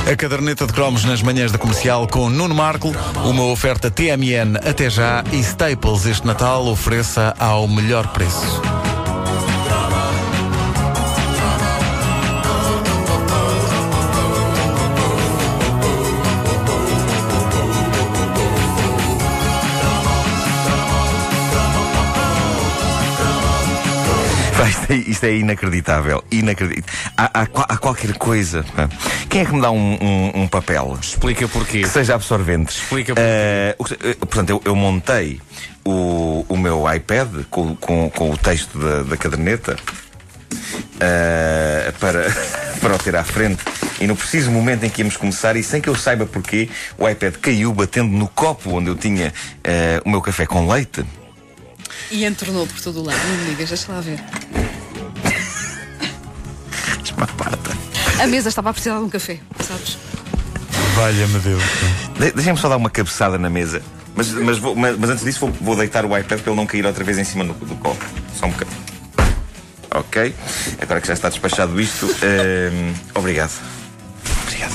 A caderneta de cromos nas manhãs da Comercial com Nuno Marco, uma oferta TMN até já e Staples este Natal ofereça ao melhor preço. Isto é inacreditável. Há qualquer coisa. Quem é que me dá um papel? Explica porquê. Que seja absorvente. Explica porquê. Portanto, eu montei o meu iPad com o texto da caderneta para o ter à frente. E no preciso momento em que íamos começar, e sem que eu saiba porquê, o iPad caiu batendo no copo onde eu tinha o meu café com leite. E entornou por todo o lado. Não me ligas, deixa lá ver. A mesa estava a precisar de um café, sabes? Valha-me Deus. Deixem-me só dar uma cabeçada na mesa. Mas antes disso vou deitar o iPad para ele não cair outra vez em cima do copo. Só um bocadinho. Ok. Agora que já está despachado isto, obrigado. Obrigado.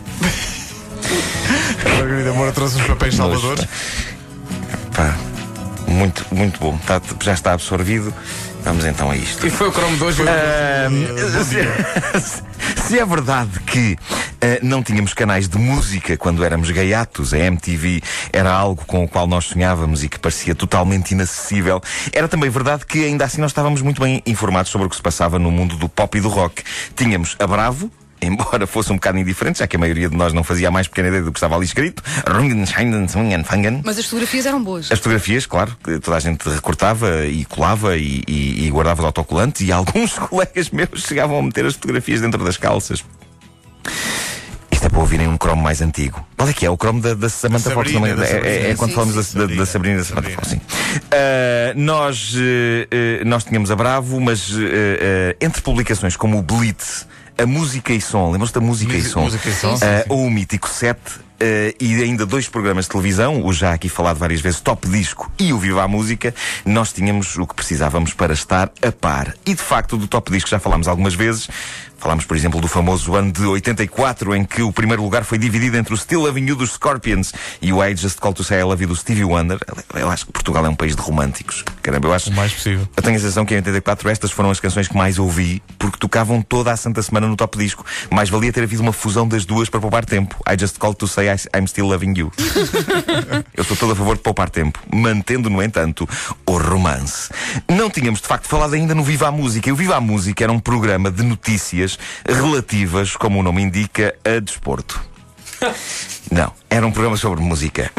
A Margarida Moura trouxe os papéis salvadores. Pá, muito bom. Já está absorvido. Vamos então a isto. E foi o cromo de hoje. Se é verdade que não tínhamos canais de música quando éramos gaiatos, a MTV era algo com o qual nós sonhávamos e que parecia totalmente inacessível, era também verdade que ainda assim nós estávamos muito bem informados sobre o que se passava no mundo do pop e do rock. Tínhamos a Bravo, embora fosse um bocado indiferente, já que a maioria de nós não fazia a mais pequena ideia do que estava ali escrito. Mas as fotografias eram boas. As fotografias, claro, que toda a gente recortava e colava e guardava de autocolante, e alguns colegas meus chegavam a meter as fotografias dentro das calças. Isto é para ouvirem um cromo mais antigo. Qual é que é? O cromo da Samantha Fox também. É quando falamos da Sabrina e da Samantha Fox, sim. Nós tínhamos a Bravo, mas entre publicações como o Blitz, a Música e Som, lembram-se da Música e Som? Ou o Mítico 7, e ainda 2 programas de televisão, o já aqui falado várias vezes Top Disco e o Viva a Música, nós tínhamos o que precisávamos para estar a par. E de facto do Top Disco já falámos algumas vezes. Falámos, por exemplo, do famoso ano de 84, em que o primeiro lugar foi dividido entre o Still Loving You dos Scorpions e o I Just Call to Say I Love You do Stevie Wonder. Eu acho que Portugal é um país de românticos. Caramba, eu acho. O mais possível. Eu tenho a sensação que em 84 estas foram as canções que mais ouvi, porque tocavam toda a santa semana no Top Disco. Mais valia ter havido uma fusão das duas para poupar tempo. I Just Call to Say I'm Still Loving You. Eu estou todo a favor de poupar tempo, mantendo, no entanto, o romance. Não tínhamos, de facto, falado ainda no Viva a Música. E o Viva a Música era um programa de notícias relativas, como o nome indica, a desporto. Não, era um programa sobre música.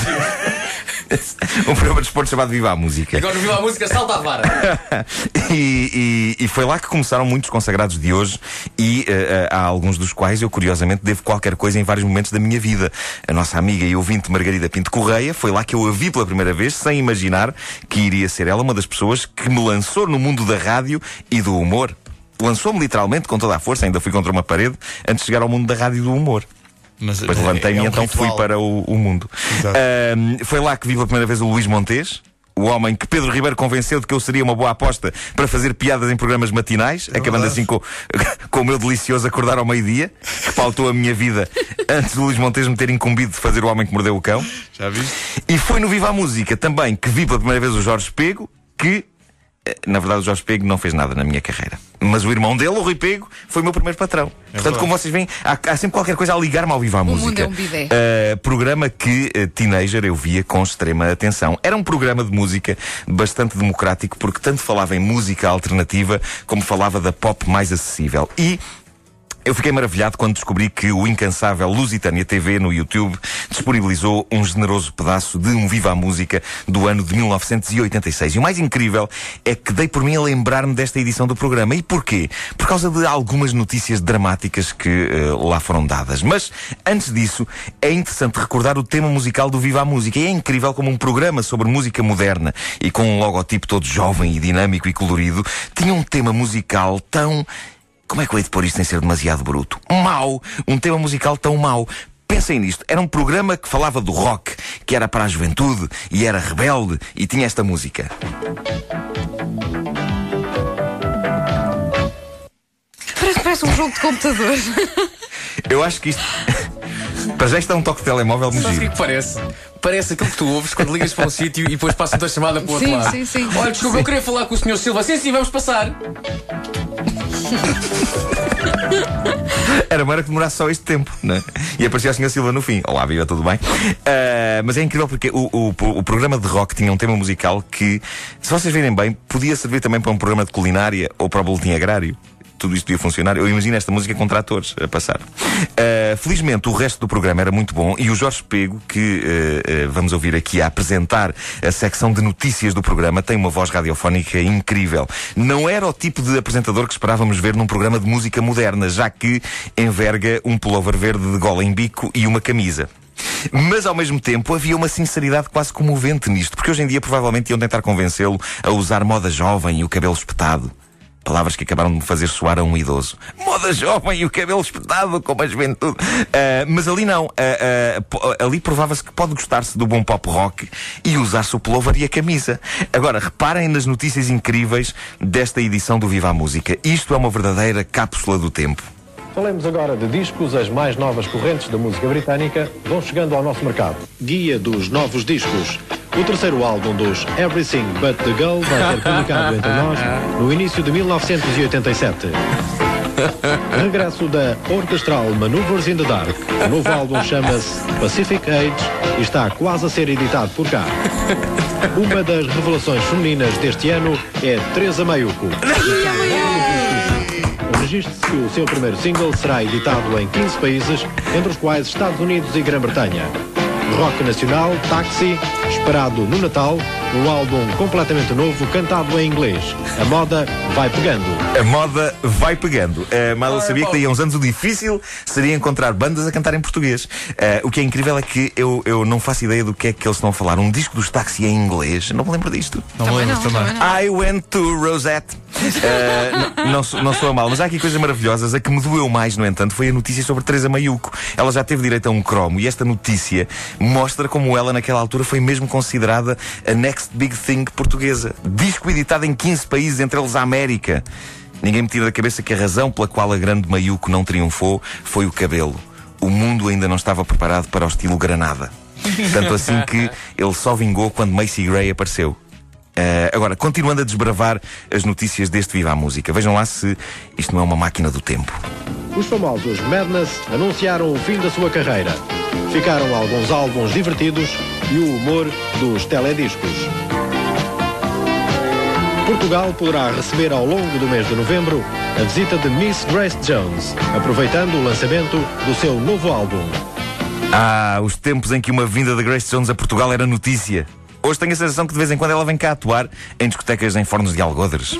Um programa de desporto chamado Viva a Música. Agora no Viva a Música salta a vara. E foi lá que começaram muitos consagrados de hoje. E há alguns dos quais eu, curiosamente, devo qualquer coisa em vários momentos da minha vida. A nossa amiga e ouvinte Margarida Pinto Correia, foi lá que eu a vi pela primeira vez, sem imaginar que iria ser ela uma das pessoas que me lançou no mundo da rádio e do humor. Lançou-me literalmente com toda a força, ainda fui contra uma parede antes de chegar ao mundo da rádio e do humor. Mas depois levantei-me e então fui para o mundo. Foi lá que vi pela primeira vez o Luís Montes, o homem que Pedro Ribeiro convenceu de que eu seria uma boa aposta para fazer piadas em programas matinais, acabando assim com o meu delicioso acordar ao meio-dia, que faltou a minha vida antes do Luís Montes me ter incumbido de fazer o homem que mordeu o cão. Já viste? E foi no Viva a Música também que vi pela primeira vez o Jorge Pego, que na verdade o Jorge Pego não fez nada na minha carreira, mas o irmão dele, o Rui Pego, foi o meu primeiro patrão. Portanto, como vocês veem, há sempre qualquer coisa a ligar-me ao Viva a Música. O mundo é um bidé. Programa que, teenager, eu via com extrema atenção. Era um programa de música bastante democrático, porque tanto falava em música alternativa como falava da pop mais acessível. E eu fiquei maravilhado quando descobri que o incansável Lusitânia TV no YouTube disponibilizou um generoso pedaço de um Viva a Música do ano de 1986. E o mais incrível é que dei por mim a lembrar-me desta edição do programa. E porquê? Por causa de algumas notícias dramáticas que lá foram dadas. Mas, antes disso, é interessante recordar o tema musical do Viva a Música. E é incrível como um programa sobre música moderna e com um logotipo todo jovem e dinâmico e colorido tinha um tema musical tão... Como é que eu hei de pôr isto sem ser demasiado bruto? Mau! Um tema musical tão mau. Pensem nisto. Era um programa que falava do rock, que era para a juventude, e era rebelde, e tinha esta música. Parece um jogo de computador. Eu acho que isto. Para já isto é um toque de telemóvel muito Sabes o que é giro. que parece? Parece aquilo que tu ouves quando ligas para um sítio e depois passam-te a chamada para o outro Sim, lado. sim, sim. Olha, desculpa, eu queria falar com o Sr. Silva. Sim, sim, vamos passar. Era melhor que demorasse só este tempo, não é? E aparecia o Sr. Silva no fim. Olá, viva, tudo bem? Mas é incrível porque o programa de rock tinha um tema musical que, se vocês verem bem, podia servir também para um programa de culinária ou para o boletim agrário. Tudo isto podia funcionar. Eu imagino esta música com tratores a passar. Felizmente o resto do programa era muito bom e o Jorge Pego, que vamos ouvir aqui a apresentar a secção de notícias do programa, tem uma voz radiofónica incrível. Não era o tipo de apresentador que esperávamos ver num programa de música moderna, já que enverga um pullover verde de gola em bico e uma camisa. Mas ao mesmo tempo havia uma sinceridade quase comovente nisto, porque hoje em dia provavelmente iam tentar convencê-lo a usar moda jovem e o cabelo espetado. Palavras que acabaram de me fazer soar a um idoso. Moda jovem e o cabelo espetado, como a juventude. Mas ali não. Ali provava-se que pode gostar-se do bom pop rock e usar-se o pullover e a camisa. Agora, reparem nas notícias incríveis desta edição do Viva a Música. Isto é uma verdadeira cápsula do tempo. Falemos agora de discos. As mais novas correntes da música britânica vão chegando ao nosso mercado. Guia dos novos discos. O terceiro álbum dos Everything But The Girl vai ser publicado entre nós no início de 1987. Regresso da orquestral Maneuvers in the Dark. O novo álbum chama-se Pacific Age e está quase a ser editado por cá. Uma das revelações femininas deste ano é Teresa Mayuko. Registre-se que o seu primeiro single será editado em 15 países, entre os quais Estados Unidos e Grã-Bretanha. Rock nacional, Taxi, esperado no Natal, um álbum completamente novo, cantado em inglês. A moda vai pegando. A moda vai pegando. Mas eu sabia que daí a uns anos o difícil seria encontrar bandas a cantar em português. O que é incrível é que eu não faço ideia do que é que eles estão a falar. Um disco dos Taxi em inglês, não me lembro disto. Não me lembro também. I went to Rosette. Não soa mal, mas há aqui coisas maravilhosas. A que me doeu mais, no entanto, foi a notícia sobre Teresa Mayuko. Ela já teve direito a um cromo e esta notícia mostra como ela, naquela altura, foi mesmo considerada a next big thing portuguesa. Disco editado em 15 países, entre eles a América. Ninguém me tira da cabeça que a razão pela qual a grande Mayuko não triunfou foi o cabelo. O mundo ainda não estava preparado para o estilo granada. Tanto assim que ele só vingou quando Macy Gray apareceu. Agora, continuando a desbravar as notícias deste Viva a Música, vejam lá se isto não é uma máquina do tempo. Os famosos Madness anunciaram o fim da sua carreira. Ficaram alguns álbuns divertidos e o humor dos telediscos. Portugal poderá receber ao longo do mês de novembro a visita de Miss Grace Jones, aproveitando o lançamento do seu novo álbum. Os tempos em que uma vinda de Grace Jones a Portugal era notícia. Hoje tenho a sensação que de vez em quando ela vem cá atuar em discotecas em fornos de algodres.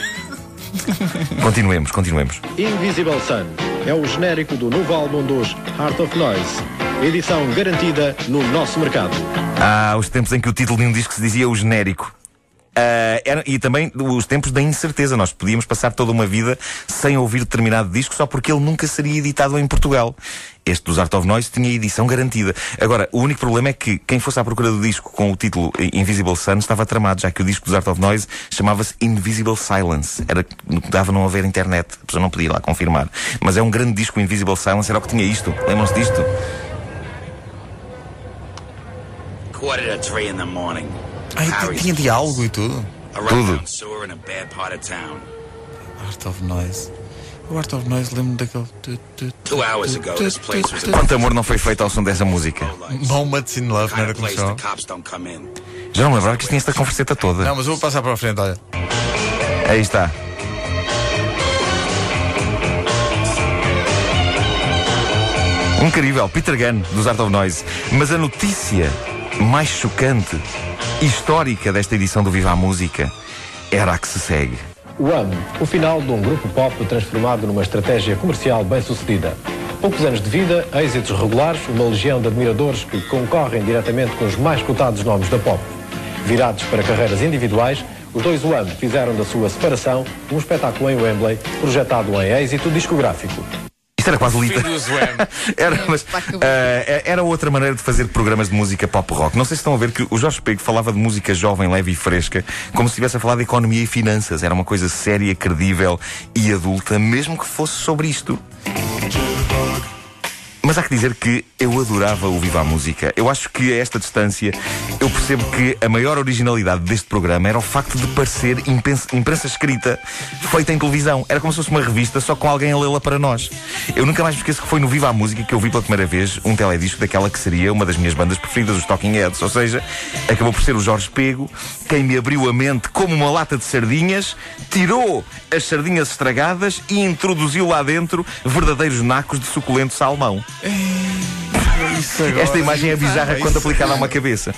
Continuemos. Invisible Sun é o genérico do novo álbum dos Heart of Noise. Edição garantida no nosso mercado. Os tempos em que o título de um disco se dizia o genérico. E também os tempos da incerteza. Nós podíamos passar toda uma vida sem ouvir determinado disco só porque ele nunca seria editado em Portugal. Este dos Art of Noise tinha edição garantida. Agora, o único problema é que quem fosse à procura do disco com o título Invisible Sun estava tramado, já que o disco dos Art of Noise chamava-se Invisible Silence. Era que dava não haver internet, a pessoa não podia ir lá confirmar. Mas é um grande disco, Invisible Silence, era o que tinha isto. Lembram-se disto? 2:45 in the morning. Tinha diálogo e tudo. Tudo. Art of Noise. O Art of Noise, lembro-me daquele. 2 hours ago, this place was Quanto amor não foi feito ao som dessa música? Moments in Love, não era como place chama? the cops don't come in. Já não me lembrava que isto tinha esta converseta toda. Não, mas eu vou passar para a frente, olha. Aí está. Incrível, Peter Gunn, dos Art of Noise. Mas a notícia mais chocante, histórica desta edição do Viva a Música, era a que se segue. O final de um grupo pop transformado numa estratégia comercial bem-sucedida. Poucos anos de vida, êxitos regulares, uma legião de admiradores que concorrem diretamente com os mais cotados nomes da pop. Virados para carreiras individuais, os dois Wham fizeram da sua separação um espetáculo em Wembley, projetado em êxito discográfico. Isto era quase literal. Fim dos Wham. Era outra maneira de fazer programas de música pop rock. Não sei se estão a ver que o Jorge Pego falava de música jovem, leve e fresca, como se estivesse a falar de economia e finanças. Era uma coisa séria, credível e adulta, mesmo que fosse sobre isto. Mas há que dizer que eu adorava o Viva a Música. Eu acho que a esta distância eu percebo que a maior originalidade deste programa era o facto de parecer imprensa escrita feita em televisão. Era como se fosse uma revista só com alguém a lê-la para nós. Eu nunca mais me esqueço que foi no Viva a Música que eu vi pela primeira vez um teledisco daquela que seria uma das minhas bandas preferidas, os Talking Heads. Ou seja, acabou por ser o Jorge Pego quem me abriu a mente como uma lata de sardinhas, tirou as sardinhas estragadas e introduziu lá dentro verdadeiros nacos de suculento salmão. Esta imagem é bizarra quando aplicada a uma cabeça.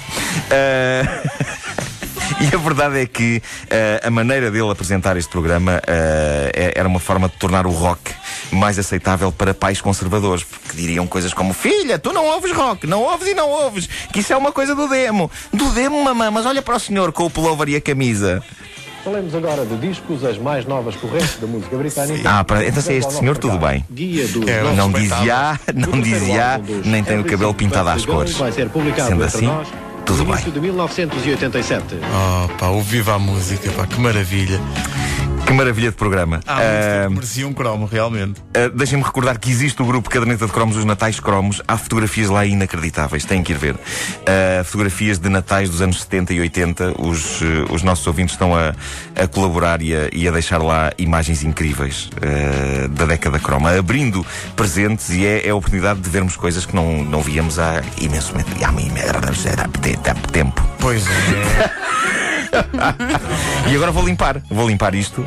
E a verdade é que a maneira dele apresentar este programa era uma forma de tornar o rock mais aceitável para pais conservadores, porque diriam coisas como: filha, tu não ouves rock, não ouves e não ouves, que isso é uma coisa do demo, mamãe, mas olha para o senhor com o pullover e a camisa. Falemos agora de discos, as mais novas correntes da música britânica. Então se é este senhor, tudo bem. Guia dos Não dizia, nem tem o cabelo pintado às cores. Vai ser publicado Sendo entre assim, nós tudo no início bem. de 1987. O Viva a Música, pá, que maravilha. Que maravilha de programa. Merecia um cromo, realmente. Deixem-me recordar que existe o grupo Caderneta de Cromos, os Natais Cromos. Há fotografias lá inacreditáveis, têm que ir ver. Fotografias de Natais dos anos 70 e 80. Os nossos ouvintes estão a colaborar e a deixar lá imagens incríveis da década croma, abrindo presentes, e é a oportunidade de vermos coisas que não víamos há imensamente tempo. Pois é. E agora vou limpar isto.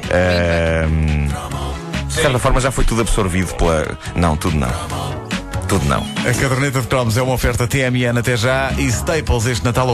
De certa forma já foi tudo absorvido pela... Não, tudo não. Tudo não. A Caderneta de Cromos é uma oferta TMN até já e Staples este Natal.